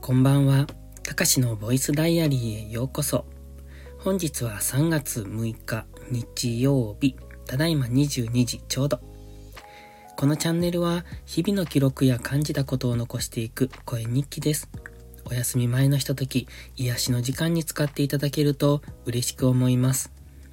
こんばんは。たかしのボイスダイアリーへようこそ。本日は3月6日日曜日、ただいま22時ちょうど。このチャンネルは日々の記録や感じたことを残していく声日記です。お休み前のひととき、癒しの時間に使っていただけると嬉しく思います。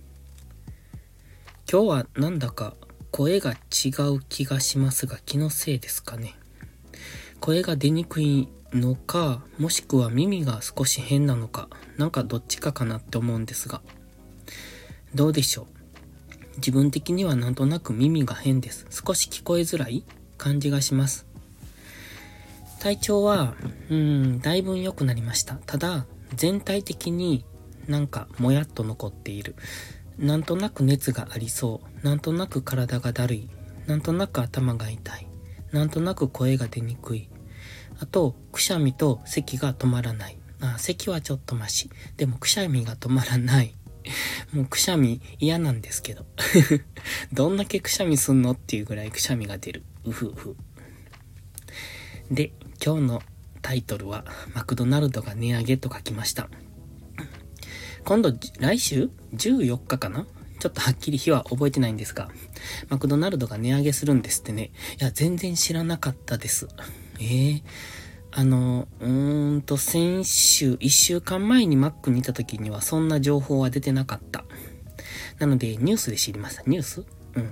今日はなんだか声が違う気がしますが、気のせいですかね。声が出にくいのか、もしくは耳が少し変なのか、なんかどっちかかなって思うんですが、どうでしょう。自分的にはなんとなく耳が変です。少し聞こえづらい感じがします。体調はだいぶ良くなりました。ただ全体的になんかもやっと残っている。なんとなく熱がありそう。なんとなく体がだるい。なんとなく頭が痛い。なんとなく声が出にくい。あと、くしゃみと咳が止まらない。咳はちょっとマシ。でもくしゃみが止まらない。もうくしゃみ嫌なんですけど。どんだけくしゃみすんのっていうぐらいくしゃみが出る。うふうふ。で、今日のタイトルは、マクドナルドが値上げと書きました。今度、来週 ?14 日かな？ちょっとはっきり日は覚えてないんですが、マクドナルドが値上げするんですってね。いや、全然知らなかったです。先週、1週間前にマックにいた時にはそんな情報は出てなかった。なので、ニュースで知りました。ニュース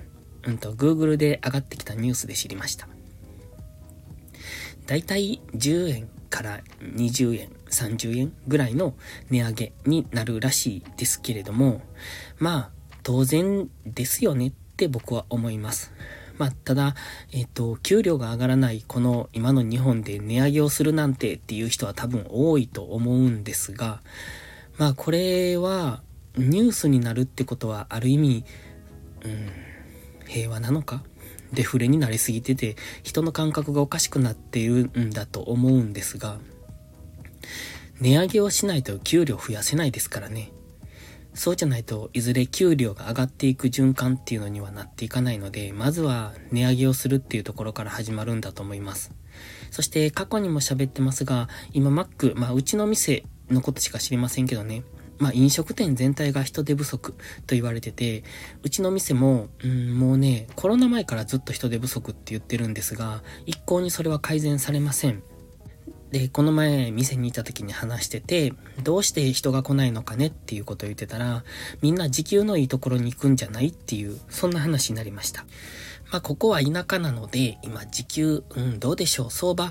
？Google で上がってきたニュースで知りました。だいたい10円から20円、30円ぐらいの値上げになるらしいですけれども、まあ、当然ですよねって僕は思います。ただ、給料が上がらないこの今の日本で値上げをするなんてっていう人は多分多いと思うんですが、これはニュースになるってことはある意味、平和なのか？デフレになりすぎてて、人の感覚がおかしくなっているんだと思うんですが、値上げをしないと給料増やせないですからね。そうじゃないといずれ給料が上がっていく循環っていうのにはなっていかないので、まずは値上げをするっていうところから始まるんだと思います。そして過去にも喋ってますが、今マック、うちの店のことしか知りませんけどね、飲食店全体が人手不足と言われてて、うちの店も、もうね、コロナ前からずっと人手不足って言ってるんですが、一向にそれは改善されません。で、この前店にいた時に話してて、どうして人が来ないのかねっていうことを言ってたら、みんな時給のいいところに行くんじゃないっていう、そんな話になりました。ここは田舎なので、今時給、どうでしょう。相場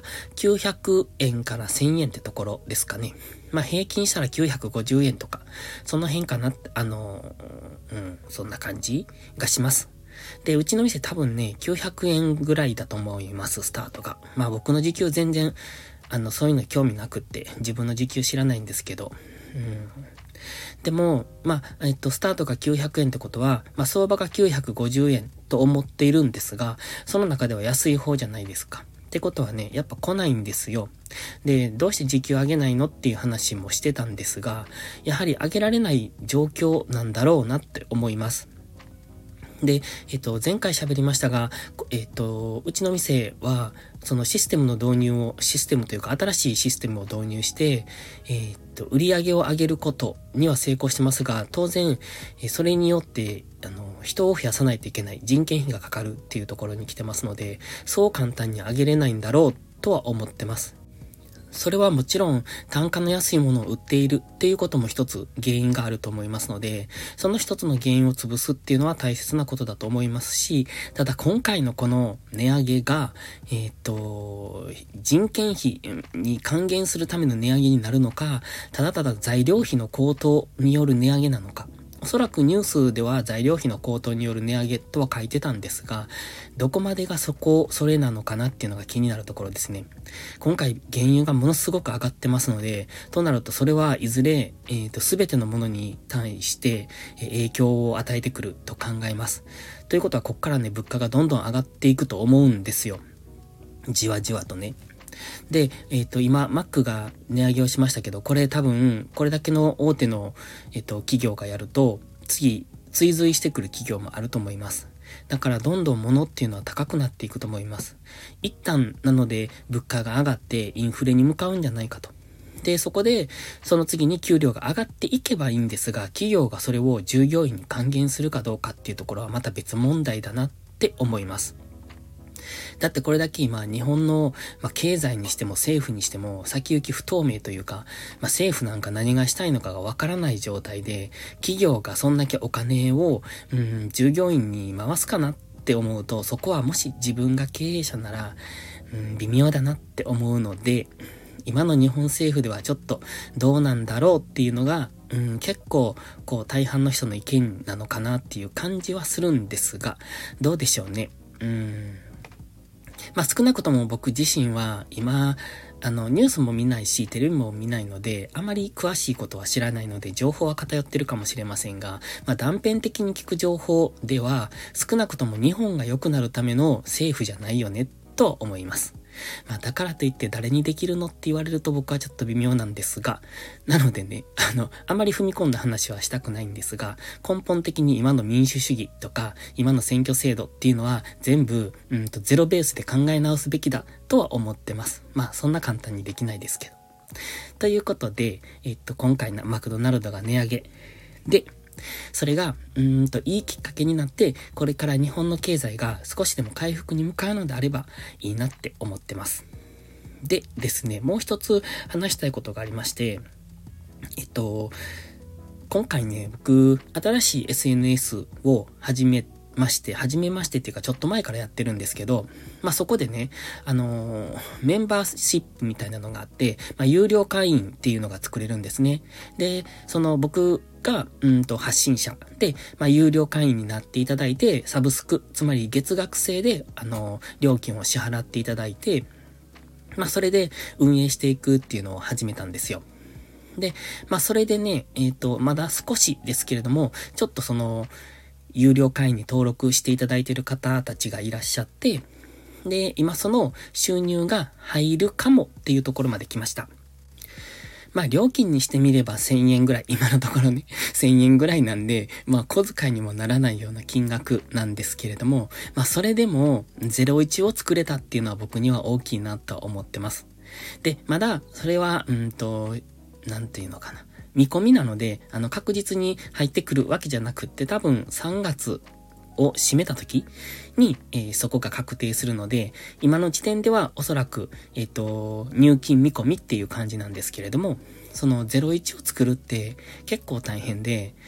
900円から1000円ってところですかね。平均したら950円とか、その辺かな、そんな感じがします。で、うちの店多分ね、900円ぐらいだと思います、スタートが。僕の時給全然、そういうの興味なくって、自分の時給知らないんですけど、でも、スタートが900円ってことは、相場が950円と思っているんですが、その中では安い方じゃないですか。ってことはね、やっぱ来ないんですよ。で、どうして時給上げないのっていう話もしてたんですが、やはり上げられない状況なんだろうなって思います。で、前回喋りましたが、うちの店は、そのシステムというか新しいシステムを導入して、売り上げを上げることには成功してますが、当然、それによって、人を増やさないといけない人件費がかかるっていうところに来てますので、そう簡単に上げれないんだろうとは思ってます。それはもちろん単価の安いものを売っているっていうことも一つ原因があると思いますので、その一つの原因を潰すっていうのは大切なことだと思いますし、ただ今回のこの値上げが、人件費に還元するための値上げになるのか、ただただ材料費の高騰による値上げなのか、おそらくニュースでは材料費の高騰による値上げとは書いてたんですが、どこまでがそれなのかなっていうのが気になるところですね。今回原油がものすごく上がってますので、となるとそれはいずれ、すべてのものに対して影響を与えてくると考えます。ということはこっからね、物価がどんどん上がっていくと思うんですよ。じわじわとね。で、今、マックが値上げをしましたけど、これ多分、これだけの大手の、企業がやると、追随してくる企業もあると思います。だからどんどん物っていうのは高くなっていくと思います。一旦なので物価が上がってインフレに向かうんじゃないかと。 で、そこで、その次に給料が上がっていけばいいんですが、企業がそれを従業員に還元するかどうかっていうところはまた別問題だなって思います。だってこれだけ今、日本の、経済にしても政府にしても先行き不透明というか、政府なんか何がしたいのかがわからない状態で、企業がそんだけお金を、従業員に回すかなって思うと、そこはもし自分が経営者なら、微妙だなって思うので、今の日本政府ではちょっとどうなんだろうっていうのが、結構こう大半の人の意見なのかなっていう感じはするんですが、どうでしょうね。少なくとも僕自身は今、ニュースも見ないし、テレビも見ないので、あまり詳しいことは知らないので、情報は偏ってるかもしれませんが、断片的に聞く情報では、少なくとも日本が良くなるための政府じゃないよね、と思います。だからといって誰にできるのって言われると僕はちょっと微妙なんですが、なのでね、あまり踏み込んだ話はしたくないんですが、根本的に今の民主主義とか、今の選挙制度っていうのは全部、ゼロベースで考え直すべきだとは思ってます。そんな簡単にできないですけど。ということで、今回のマクドナルドが値上げで、それが、いいきっかけになって、これから日本の経済が少しでも回復に向かうのであればいいなって思ってます。でですね、もう一つ話したいことがありまして、今回ね、僕、新しい SNS を始めましてっていうかちょっと前からやってるんですけど、そこでね、メンバーシップみたいなのがあって、有料会員っていうのが作れるんですね。で、その僕が、発信者で、有料会員になっていただいて、サブスク、つまり月額制で、料金を支払っていただいて、それで運営していくっていうのを始めたんですよ。で、それでね、まだ少しですけれども、ちょっとその、有料会員に登録していただいている方たちがいらっしゃって、で、今その収入が入るかもっていうところまで来ました。料金にしてみれば1000円ぐらい、今のところね、1000円ぐらいなんで、小遣いにもならないような金額なんですけれども、それでも01を作れたっていうのは僕には大きいなと思ってます。で、まだ、それは、なんていうのかな。見込みなので、確実に入ってくるわけじゃなくって、多分3月を締めた時に、そこが確定するので、今の時点ではおそらく、入金見込みっていう感じなんですけれども、その01を作るって結構大変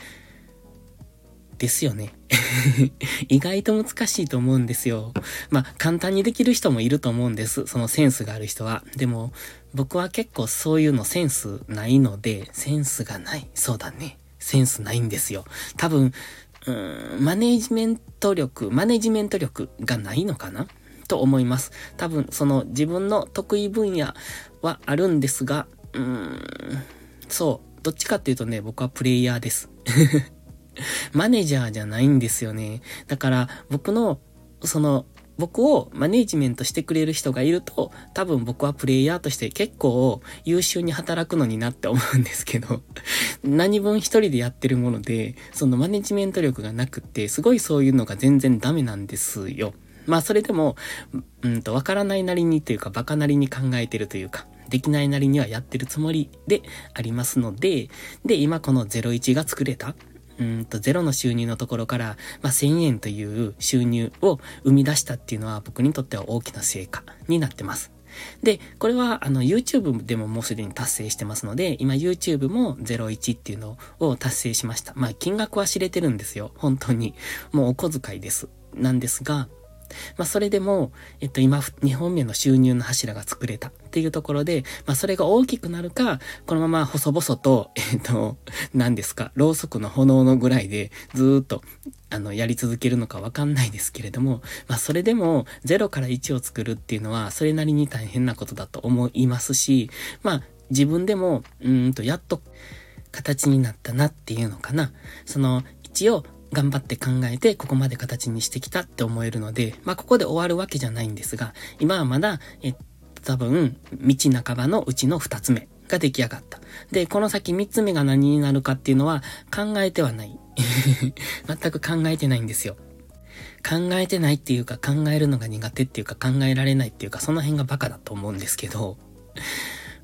ですよね。意外と難しいと思うんですよ。簡単にできる人もいると思うんです。そのセンスがある人は。でも、僕は結構そういうのセンスないので、センスがない。そうだね。センスないんですよ。多分、マネジメント力がないのかなと思います。多分、その自分の得意分野はあるんですが、そう。どっちかっていうとね、僕はプレイヤーです。マネージャーじゃないんですよね。だから僕をマネージメントしてくれる人がいると、多分僕はプレイヤーとして結構優秀に働くのになって思うんですけど、何分一人でやってるもので、そのマネジメント力がなくって、すごいそういうのが全然ダメなんですよ。それでも、わからないなりにというか、バカなりに考えてるというか、できないなりにはやってるつもりでありますので、で、今この01が作れた。ゼロの収入のところから、1000円という収入を生み出したっていうのは僕にとっては大きな成果になってます。で、これはYouTube でももうすでに達成してますので、今 YouTube も01っていうのを達成しました。金額は知れてるんですよ。本当に。もうお小遣いです。なんですが、それでも、今、2本目の収入の柱が作れたっていうところで、それが大きくなるか、このまま細々と、何ですか、ろうそくの炎のぐらいで、ずーっと、やり続けるのかわかんないですけれども、それでも、0から1を作るっていうのは、それなりに大変なことだと思いますし、自分でも、やっと、形になったなっていうのかな。その、一応、頑張って考えてここまで形にしてきたって思えるので、ここで終わるわけじゃないんですが、今はまだ、多分、道半ばのうちの2つ目が出来上がった。で、この先3つ目が何になるかっていうのは考えてはない。全く考えてないんですよ。考えてないっていうか考えるのが苦手っていうか考えられないっていうかその辺がバカだと思うんですけど、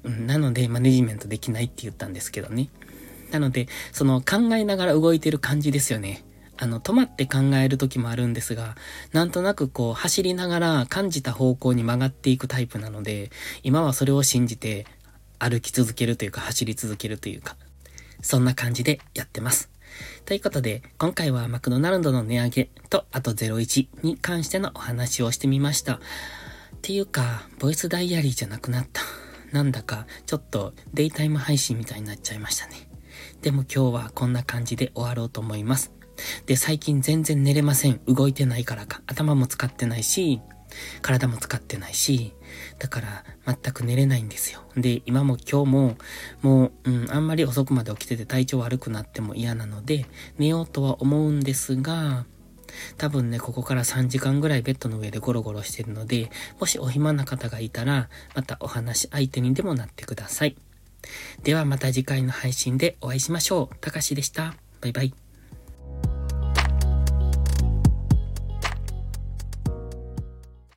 なのでマネジメントできないって言ったんですけどね。なので、その考えながら動いてる感じですよね。止まって考える時もあるんですが、なんとなくこう走りながら感じた方向に曲がっていくタイプなので、今はそれを信じて歩き続けるというか走り続けるというか、そんな感じでやってます。ということで、今回はマクドナルドの値上げと、あと01に関してのお話をしてみました。っていうか、ボイスダイアリーじゃなくなった。なんだか、ちょっとデイタイム配信みたいになっちゃいましたね。でも今日はこんな感じで終わろうと思います。で、最近全然寝れません。動いてないからか。頭も使ってないし、体も使ってないし、だから全く寝れないんですよ。で、今も今日も、あんまり遅くまで起きてて体調悪くなっても嫌なので、寝ようとは思うんですが、多分ね、ここから3時間ぐらいベッドの上でゴロゴロしてるので、もしお暇な方がいたら、またお話相手にでもなってください。ではまた次回の配信でお会いしましょう。たかしでした。バイバイ。